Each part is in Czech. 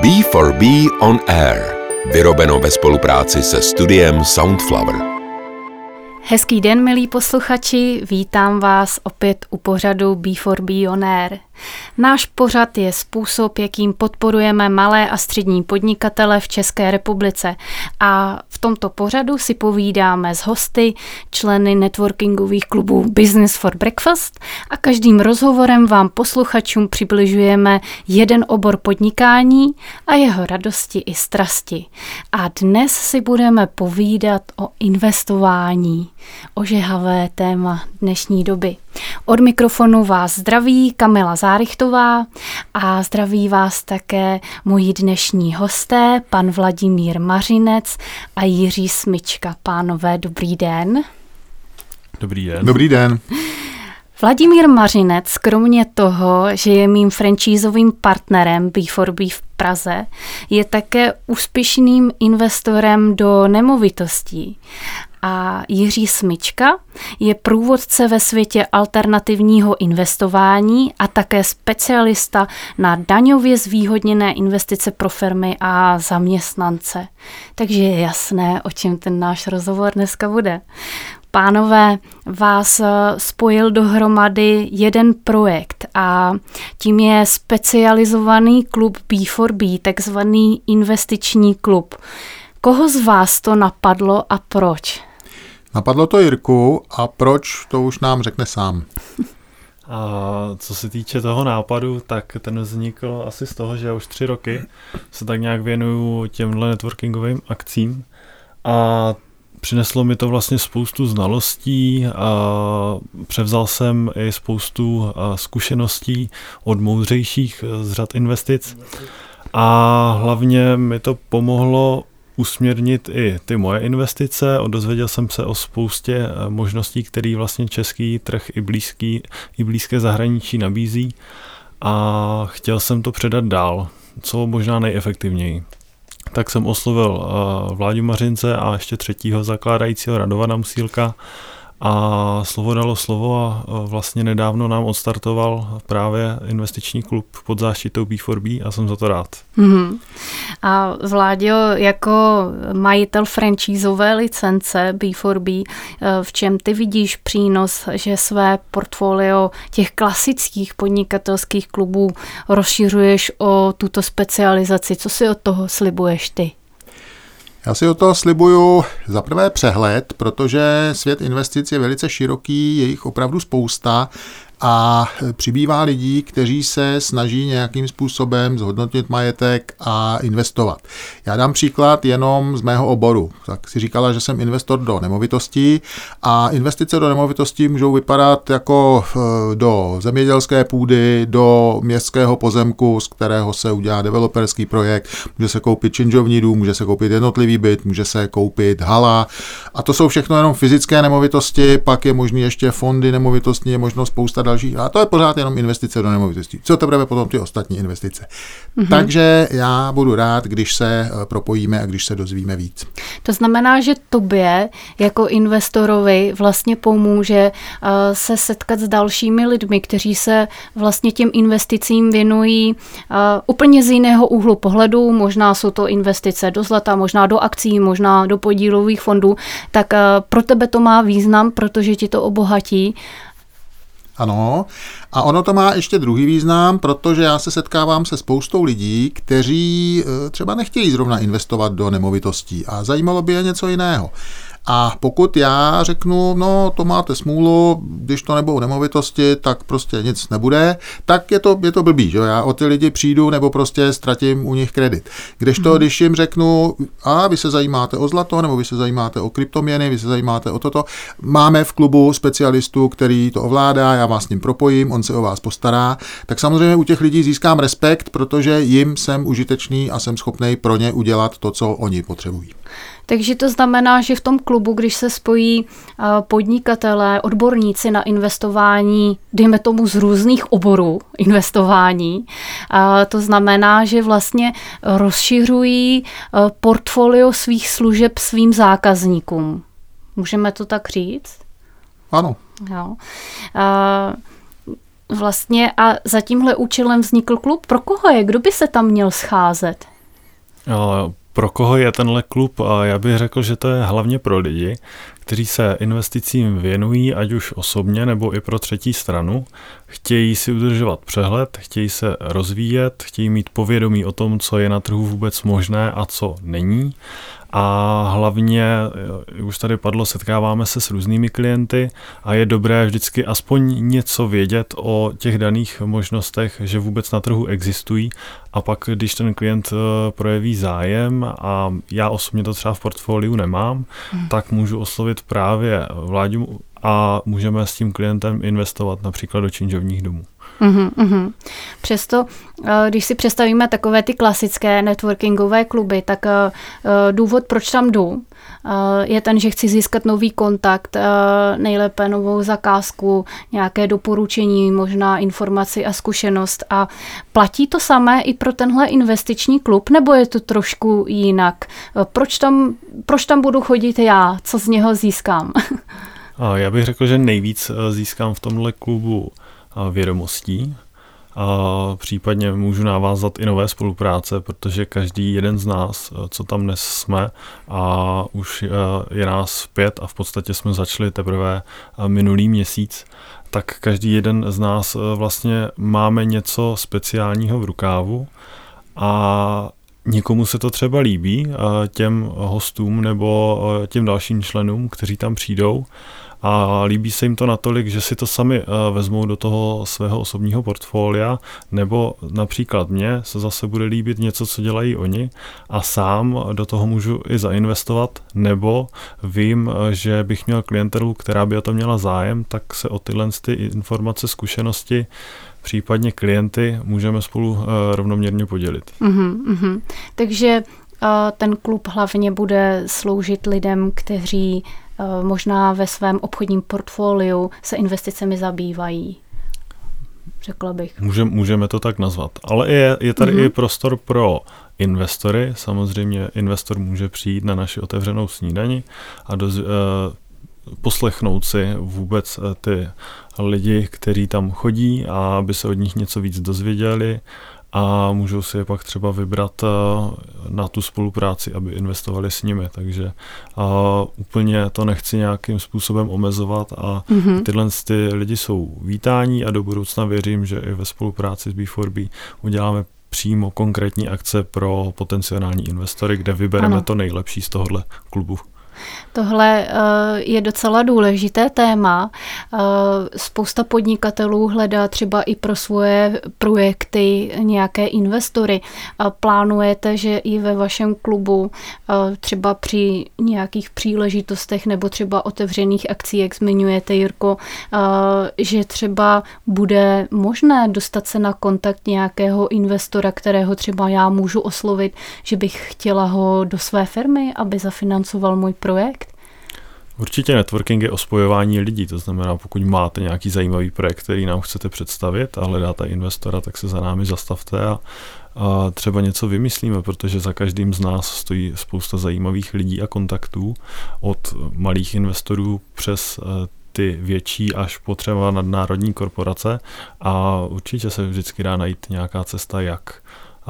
B4B on Air. Vyrobeno ve spolupráci se studiem Soundflower. Hezký den, milí posluchači, vítám vás opět u pořadu B4B on Air. Náš pořad je způsob, jakým podporujeme malé a střední podnikatele v České republice. A v tomto pořadu si povídáme s hosty, členy networkingových klubů Business for Breakfast a každým rozhovorem vám posluchačům přibližujeme jeden obor podnikání a jeho radosti i strasti. A dnes si budeme povídat o investování, ožehavé téma dnešní doby. Od mikrofonu vás zdraví Kamila Zárychtová a zdraví vás také moji dnešní hosté, pan Vladimír Mařinec a Jiří Smyčka. Pánové, dobrý den. Dobrý den. Dobrý den. Vladimír Mařinec, kromě toho, že je mým franchízovým partnerem B4B v Praze, je také úspěšným investorem do nemovitostí. A Jiří Smyčka je průvodce ve světě alternativního investování a také specialista na daňově zvýhodněné investice pro firmy a zaměstnance. Takže je jasné, o čem ten náš rozhovor dneska bude. Pánové, vás spojil dohromady jeden projekt a tím je specializovaný klub B4B, takzvaný investiční klub. Koho z vás to napadlo a proč? Napadlo to Jirku a proč, to už nám řekne sám. A co se týče toho nápadu, tak ten vznikl asi z toho, že já už 3 roky se tak nějak věnuju těmhle networkingovým akcím a přineslo mi to vlastně spoustu znalostí a převzal jsem i spoustu zkušeností od moudřejších z řad investic a hlavně mi to pomohlo usměrnit i ty moje investice. Dozvěděl jsem se o spoustě možností, které vlastně český trh i blízké zahraničí nabízí a chtěl jsem to předat dál, co možná nejefektivněji. Tak jsem oslovil Vláďu Mařince a ještě 3. zakládajícího Radovana Musílka a slovo dalo slovo a vlastně nedávno nám odstartoval právě investiční klub pod záštitou B4B a jsem za to rád. Mm-hmm. A Vláďo, jako majitel franchízové licence B4B, v čem ty vidíš přínos, že své portfolio těch klasických podnikatelských klubů rozšiřuješ o tuto specializaci? Co si od toho slibuješ ty? Já si od toho slibuju za prvé přehled, protože svět investic je velice široký, je jich opravdu spousta a přibývá lidí, kteří se snaží nějakým způsobem zhodnotit majetek a investovat. Já dám příklad jenom z mého oboru. Tak si říkala, že jsem investor do nemovitostí a investice do nemovitostí můžou vypadat jako do zemědělské půdy, do městského pozemku, z kterého se udělá developerský projekt, může se koupit činžovní dům, může se koupit jednotlivý byt, může se koupit hala a to jsou všechno jenom fyzické nemovitosti, pak je možný ještě fondy nemovitostní, je možno spousta dalších, a to je pořád jenom investice do nemovitostí. Co teprve potom ty ostatní investice. Mm-hmm. Takže já budu rád, když se propojíme a když se dozvíme víc. To znamená, že tobě jako investorovi vlastně pomůže se setkat s dalšími lidmi, kteří se vlastně těm investicím věnují úplně z jiného úhlu pohledu. Možná jsou to investice do zlata, možná do akcií, možná do podílových fondů. Tak pro tebe to má význam, protože ti to obohatí. Ano, a ono to má ještě druhý význam, protože já se setkávám se spoustou lidí, kteří třeba nechtějí zrovna investovat do nemovitostí a zajímalo by je něco jiného. A pokud já řeknu, no to máte smůlu, když to nebudou nemovitosti, tak prostě nic nebude, tak je to blbý, že já o ty lidi přijdu nebo prostě ztratím u nich kredit. Kdežto, když jim řeknu, a vy se zajímáte o zlato, nebo vy se zajímáte o kryptoměny, vy se zajímáte o toto, máme v klubu specialistu, který to ovládá, já vás s ním propojím, on se o vás postará, tak samozřejmě u těch lidí získám respekt, protože jim jsem užitečný a jsem schopnej pro ně udělat to, co oni potřebují. Takže to znamená, že v tom klubu, když se spojí podnikatelé, odborníci na investování, dejme tomu z různých oborů investování, to znamená, že vlastně rozšiřují portfolio svých služeb svým zákazníkům. Můžeme to tak říct? Ano. Jo. Vlastně a za tímhle účelem vznikl klub. Pro koho je? Kdo by se tam měl scházet? Pro koho je tenhle klub? Já bych řekl, že to je hlavně pro lidi, kteří se investicím věnují, ať už osobně nebo i pro třetí stranu. Chtějí si udržovat přehled, chtějí se rozvíjet, chtějí mít povědomí o tom, co je na trhu vůbec možné a co není. A hlavně, už tady padlo, setkáváme se s různými klienty a je dobré vždycky aspoň něco vědět o těch daných možnostech, že vůbec na trhu existují, a pak, když ten klient projeví zájem a já osobně to třeba v portfoliu nemám, tak můžu oslovit právě Vláďu a můžeme s tím klientem investovat například do činžovních domů. Přesto, když si představíme takové ty klasické networkingové kluby, tak důvod, proč tam jdu, je ten, že chci získat nový kontakt, nejlépe novou zakázku, nějaké doporučení, možná informaci a zkušenost. A platí to samé i pro tenhle investiční klub, nebo je to trošku jinak? Proč tam budu chodit já? Co z něho získám? Já bych řekl, že nejvíc získám v tomhle klubu vědomostí. Případně můžu navázat i nové spolupráce, protože každý jeden z nás, co tam dnes jsme, a už je nás 5 a v podstatě jsme začali teprve minulý měsíc, tak každý jeden z nás vlastně máme něco speciálního v rukávu a někomu se to třeba líbí, těm hostům nebo těm dalším členům, kteří tam přijdou, a líbí se jim to natolik, že si to sami vezmou do toho svého osobního portfolia, nebo například mně se zase bude líbit něco, co dělají oni, a sám do toho můžu i zainvestovat, nebo vím, že bych měl klientelu, která by o to měla zájem, tak se o tyhle ty informace, zkušenosti, případně klienty můžeme spolu rovnoměrně podělit. Takže ten klub hlavně bude sloužit lidem, kteří možná ve svém obchodním portfoliu se investicemi zabývají, řekla bych. Můžeme to tak nazvat. Ale je tady i prostor pro investory. Samozřejmě investor může přijít na naši otevřenou snídani a poslechnout si vůbec ty lidi, kteří tam chodí, a aby se od nich něco víc dozvěděli, a můžou si je pak třeba vybrat na tu spolupráci, aby investovali s nimi. Takže úplně to nechci nějakým způsobem omezovat a tyhle ty lidi jsou vítání a do budoucna věřím, že i ve spolupráci s B4B uděláme přímo konkrétní akce pro potenciální investory, kde vybereme to nejlepší z tohohle klubu. Tohle je docela důležité téma. Spousta podnikatelů hledá třeba i pro svoje projekty nějaké investory. Plánujete, že i ve vašem klubu třeba při nějakých příležitostech nebo třeba otevřených akcí, jak zmiňujete, Jirko, že třeba bude možné dostat se na kontakt nějakého investora, kterého třeba já můžu oslovit, že bych chtěla ho do své firmy, aby zafinancoval můj projekt? Určitě networking je o spojování lidí, to znamená, pokud máte nějaký zajímavý projekt, který nám chcete představit a hledáte investora, tak se za námi zastavte a třeba něco vymyslíme, protože za každým z nás stojí spousta zajímavých lidí a kontaktů, od malých investorů přes ty větší až po třeba nadnárodní korporace, a určitě se vždycky dá najít nějaká cesta, jak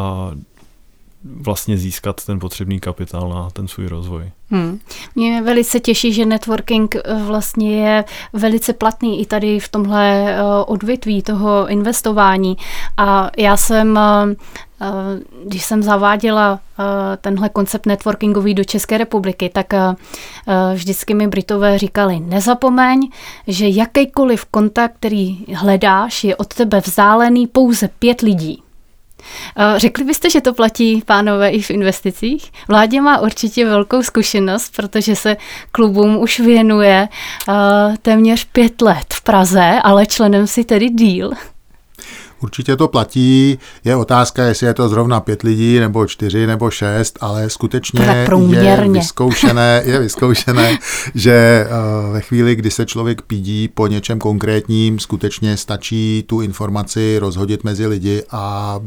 vlastně získat ten potřebný kapitál na ten svůj rozvoj. Mě velice těší, že networking vlastně je velice platný i tady v tomhle odvětví toho investování. A já jsem, když jsem zaváděla tenhle koncept networkingový do České republiky, tak vždycky mi Britové říkali, nezapomeň, že jakýkoliv kontakt, který hledáš, je od tebe vzdálený pouze 5 lidí. Řekli byste, že to platí, pánové, i v investicích? Vládě má určitě velkou zkušenost, protože se klubům už věnuje téměř 5 let v Praze, ale členem si tedy díl. Určitě to platí, je otázka, jestli je to zrovna 5 lidí, nebo 4, nebo 6, ale skutečně je vyzkoušené, že ve chvíli, kdy se člověk pídí po něčem konkrétním, skutečně stačí tu informaci rozhodit mezi lidi a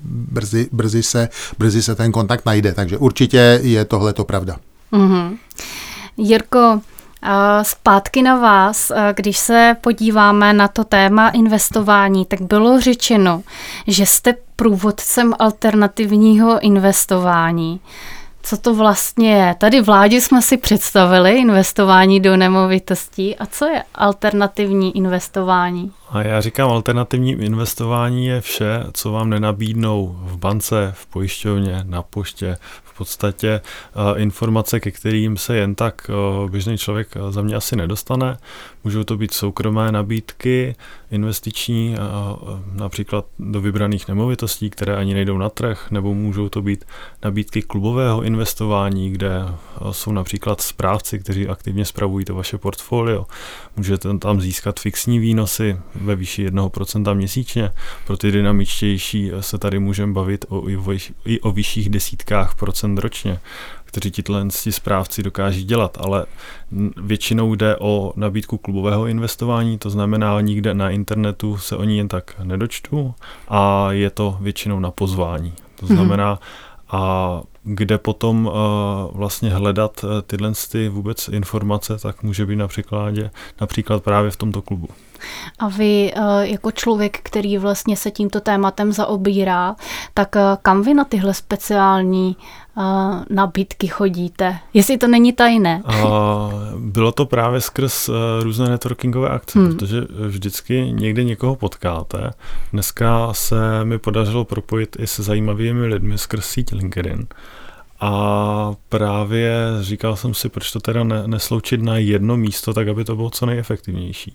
brzy se ten kontakt najde. Takže určitě je tohleto pravda. Jirko, Zpátky na vás, když se podíváme na to téma investování, tak bylo řečeno, že jste průvodcem alternativního investování. Co to vlastně je? Tady vládě jsme si představili investování do nemovitostí. A co je alternativní investování? A já říkám, alternativní investování je vše, co vám nenabídnou v bance, v pojišťovně, na poště, v podstatě informace, ke kterým se jen tak běžný člověk za mě asi nedostane. Můžou to být soukromé nabídky, investiční, například do vybraných nemovitostí, které ani nejdou na trh, nebo můžou to být nabídky klubového investování, kde jsou například správci, kteří aktivně spravují to vaše portfolio. Můžete tam získat fixní výnosy ve výši 1% měsíčně. Pro ty dynamičtější se tady můžeme bavit i o vyšších desítkách procent ročně, kteří tihle správci dokáží dělat, ale většinou jde o nabídku klubového investování, to znamená, nikde na internetu se o ní jen tak nedočtu a je to většinou na pozvání. To znamená, a kde potom vlastně hledat tyhle vůbec informace, tak může být například právě v tomto klubu. A vy jako člověk, který vlastně se tímto tématem zaobírá, tak kam vy na tyhle speciální nabídky chodíte? Jestli to není tajné. Bylo to právě skrz různé networkingové akce, protože vždycky někde někoho potkáte. Dneska se mi podařilo propojit i se zajímavými lidmi skrz síť LinkedIn. A právě říkal jsem si, proč to teda nesloučit na jedno místo, tak aby to bylo co nejefektivnější.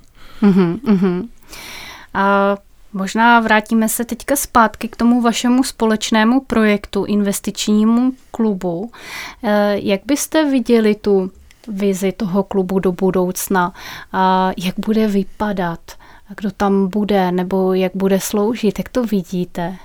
A možná vrátíme se teďka zpátky k tomu vašemu společnému projektu, investičnímu klubu. Jak byste viděli tu vizi toho klubu do budoucna? Jak bude vypadat? Kdo tam bude? Nebo jak bude sloužit? Jak to vidíte?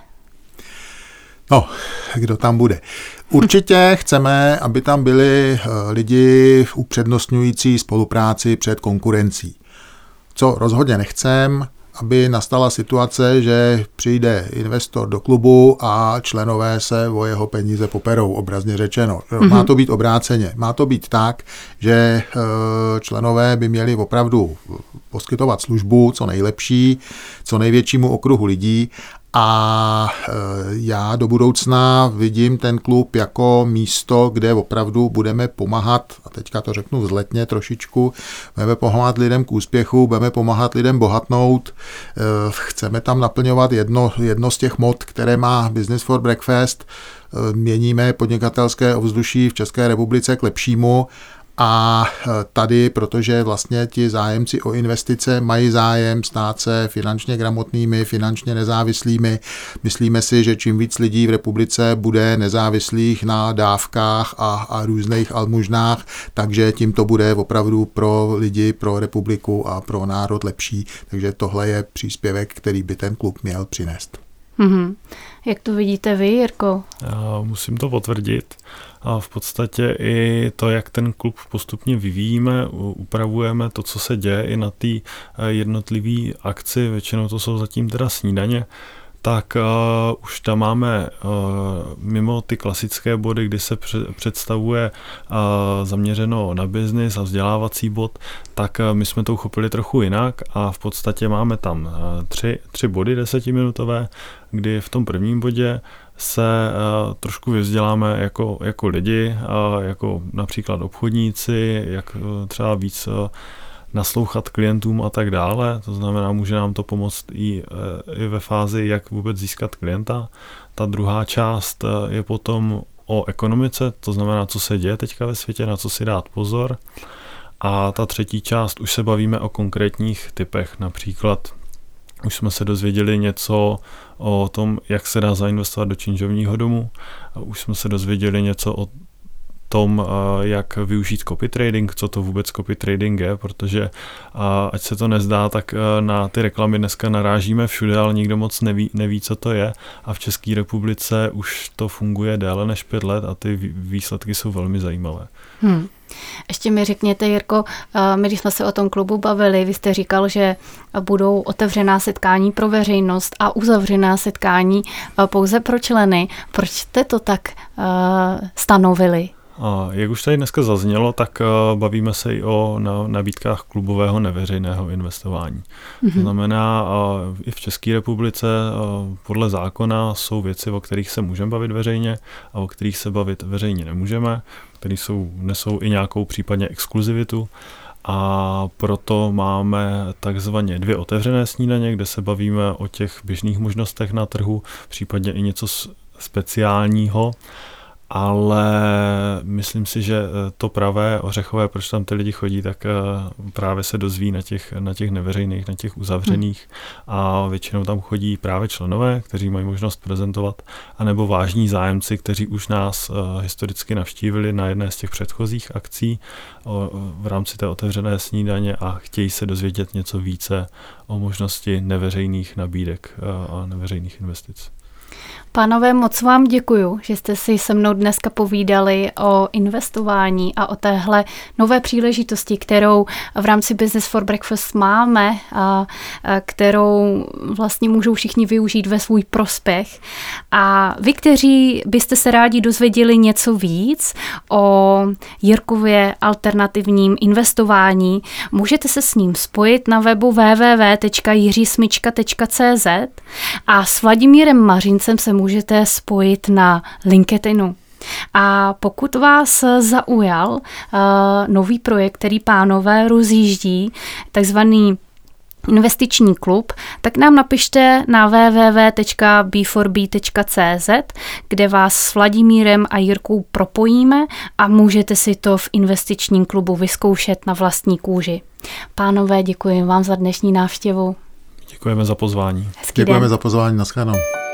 No, kdo tam bude? Určitě chceme, aby tam byli lidi upřednostňující spolupráci před konkurencí. Co rozhodně nechcem, aby nastala situace, že přijde investor do klubu a členové se o jeho peníze poperou, obrazně řečeno. Má to být obráceně. Má to být tak, že členové by měli opravdu poskytovat službu co nejlepší, co největšímu okruhu lidí. A já do budoucna vidím ten klub jako místo, kde opravdu budeme pomáhat, a teďka to řeknu vzletně trošičku, budeme pomáhat lidem k úspěchu, budeme pomáhat lidem bohatnout, chceme tam naplňovat jedno z těch mod, které má Business for Breakfast, měníme podnikatelské ovzduší v České republice k lepšímu. A tady, protože vlastně ti zájemci o investice mají zájem stát se finančně gramotnými, finančně nezávislými, myslíme si, že čím víc lidí v republice bude nezávislých na dávkách a různých almužnách, takže tím to bude opravdu pro lidi, pro republiku a pro národ lepší. Takže tohle je příspěvek, který by ten klub měl přinést. Jak to vidíte vy, Jirko? Já musím to potvrdit. A v podstatě i to, jak ten klub postupně vyvíjíme, upravujeme to, co se děje i na té jednotlivé akci, většinou to jsou zatím teda snídaně, tak už tam máme mimo ty klasické body, kdy se představuje zaměřeno na biznis a vzdělávací bod, tak my jsme to uchopili trochu jinak a v podstatě máme tam tři body 10minutové, kdy v tom prvním bodě se trošku vyvzděláme jako lidi, jako například obchodníci, jak třeba víc naslouchat klientům a tak dále. To znamená, může nám to pomoct i ve fázi, jak vůbec získat klienta. Ta druhá část je potom o ekonomice, to znamená, co se děje teďka ve světě, na co si dát pozor. A ta třetí část už se bavíme o konkrétních typech, například už jsme se dozvěděli něco o tom, jak se dá zainvestovat do činžovního domu. Už jsme se dozvěděli něco o tom, jak využít copy trading, co to vůbec copy trading je, protože ať se to nezdá, tak na ty reklamy dneska narážíme všude, ale nikdo moc neví, co to je a v České republice už to funguje déle než 5 let a ty výsledky jsou velmi zajímavé. Ještě mi řekněte, Jirko, my když jsme se o tom klubu bavili, vy jste říkal, že budou otevřená setkání pro veřejnost a uzavřená setkání pouze pro členy. Proč jste to tak stanovili? A jak už tady dneska zaznělo, tak bavíme se i o nabídkách klubového neveřejného investování. To znamená, i v České republice podle zákona jsou věci, o kterých se můžeme bavit veřejně a o kterých se bavit veřejně nemůžeme, které nesou i nějakou případně exkluzivitu. A proto máme takzvaně 2 otevřené snídaně, kde se bavíme o těch běžných možnostech na trhu, případně i něco speciálního. Ale myslím si, že to pravé ořechové, proč tam ty lidi chodí, tak právě se dozví na těch neveřejných, na těch uzavřených a většinou tam chodí právě členové, kteří mají možnost prezentovat, anebo vážní zájemci, kteří už nás historicky navštívili na jedné z těch předchozích akcí v rámci té otevřené snídaně a chtějí se dozvědět něco více o možnosti neveřejných nabídek a neveřejných investic. Pánové, moc vám děkuju, že jste si se mnou dneska povídali o investování a o téhle nové příležitosti, kterou v rámci Business for Breakfast máme a kterou vlastně můžou všichni využít ve svůj prospěch. A vy, kteří byste se rádi dozvěděli něco víc o Jirkově alternativním investování, můžete se s ním spojit na webu www.jiřismička.cz a s Vladimírem Maříncem se můžete spojit na LinkedInu. A pokud vás zaujal nový projekt, který pánové rozjíždí, takzvaný investiční klub, tak nám napište na www.b4b.cz, kde vás s Vladimírem a Jirkou propojíme a můžete si to v investičním klubu vyzkoušet na vlastní kůži. Pánové, děkuji vám za dnešní návštěvu. Děkujeme za pozvání. Děkujeme za pozvání, nashledanou.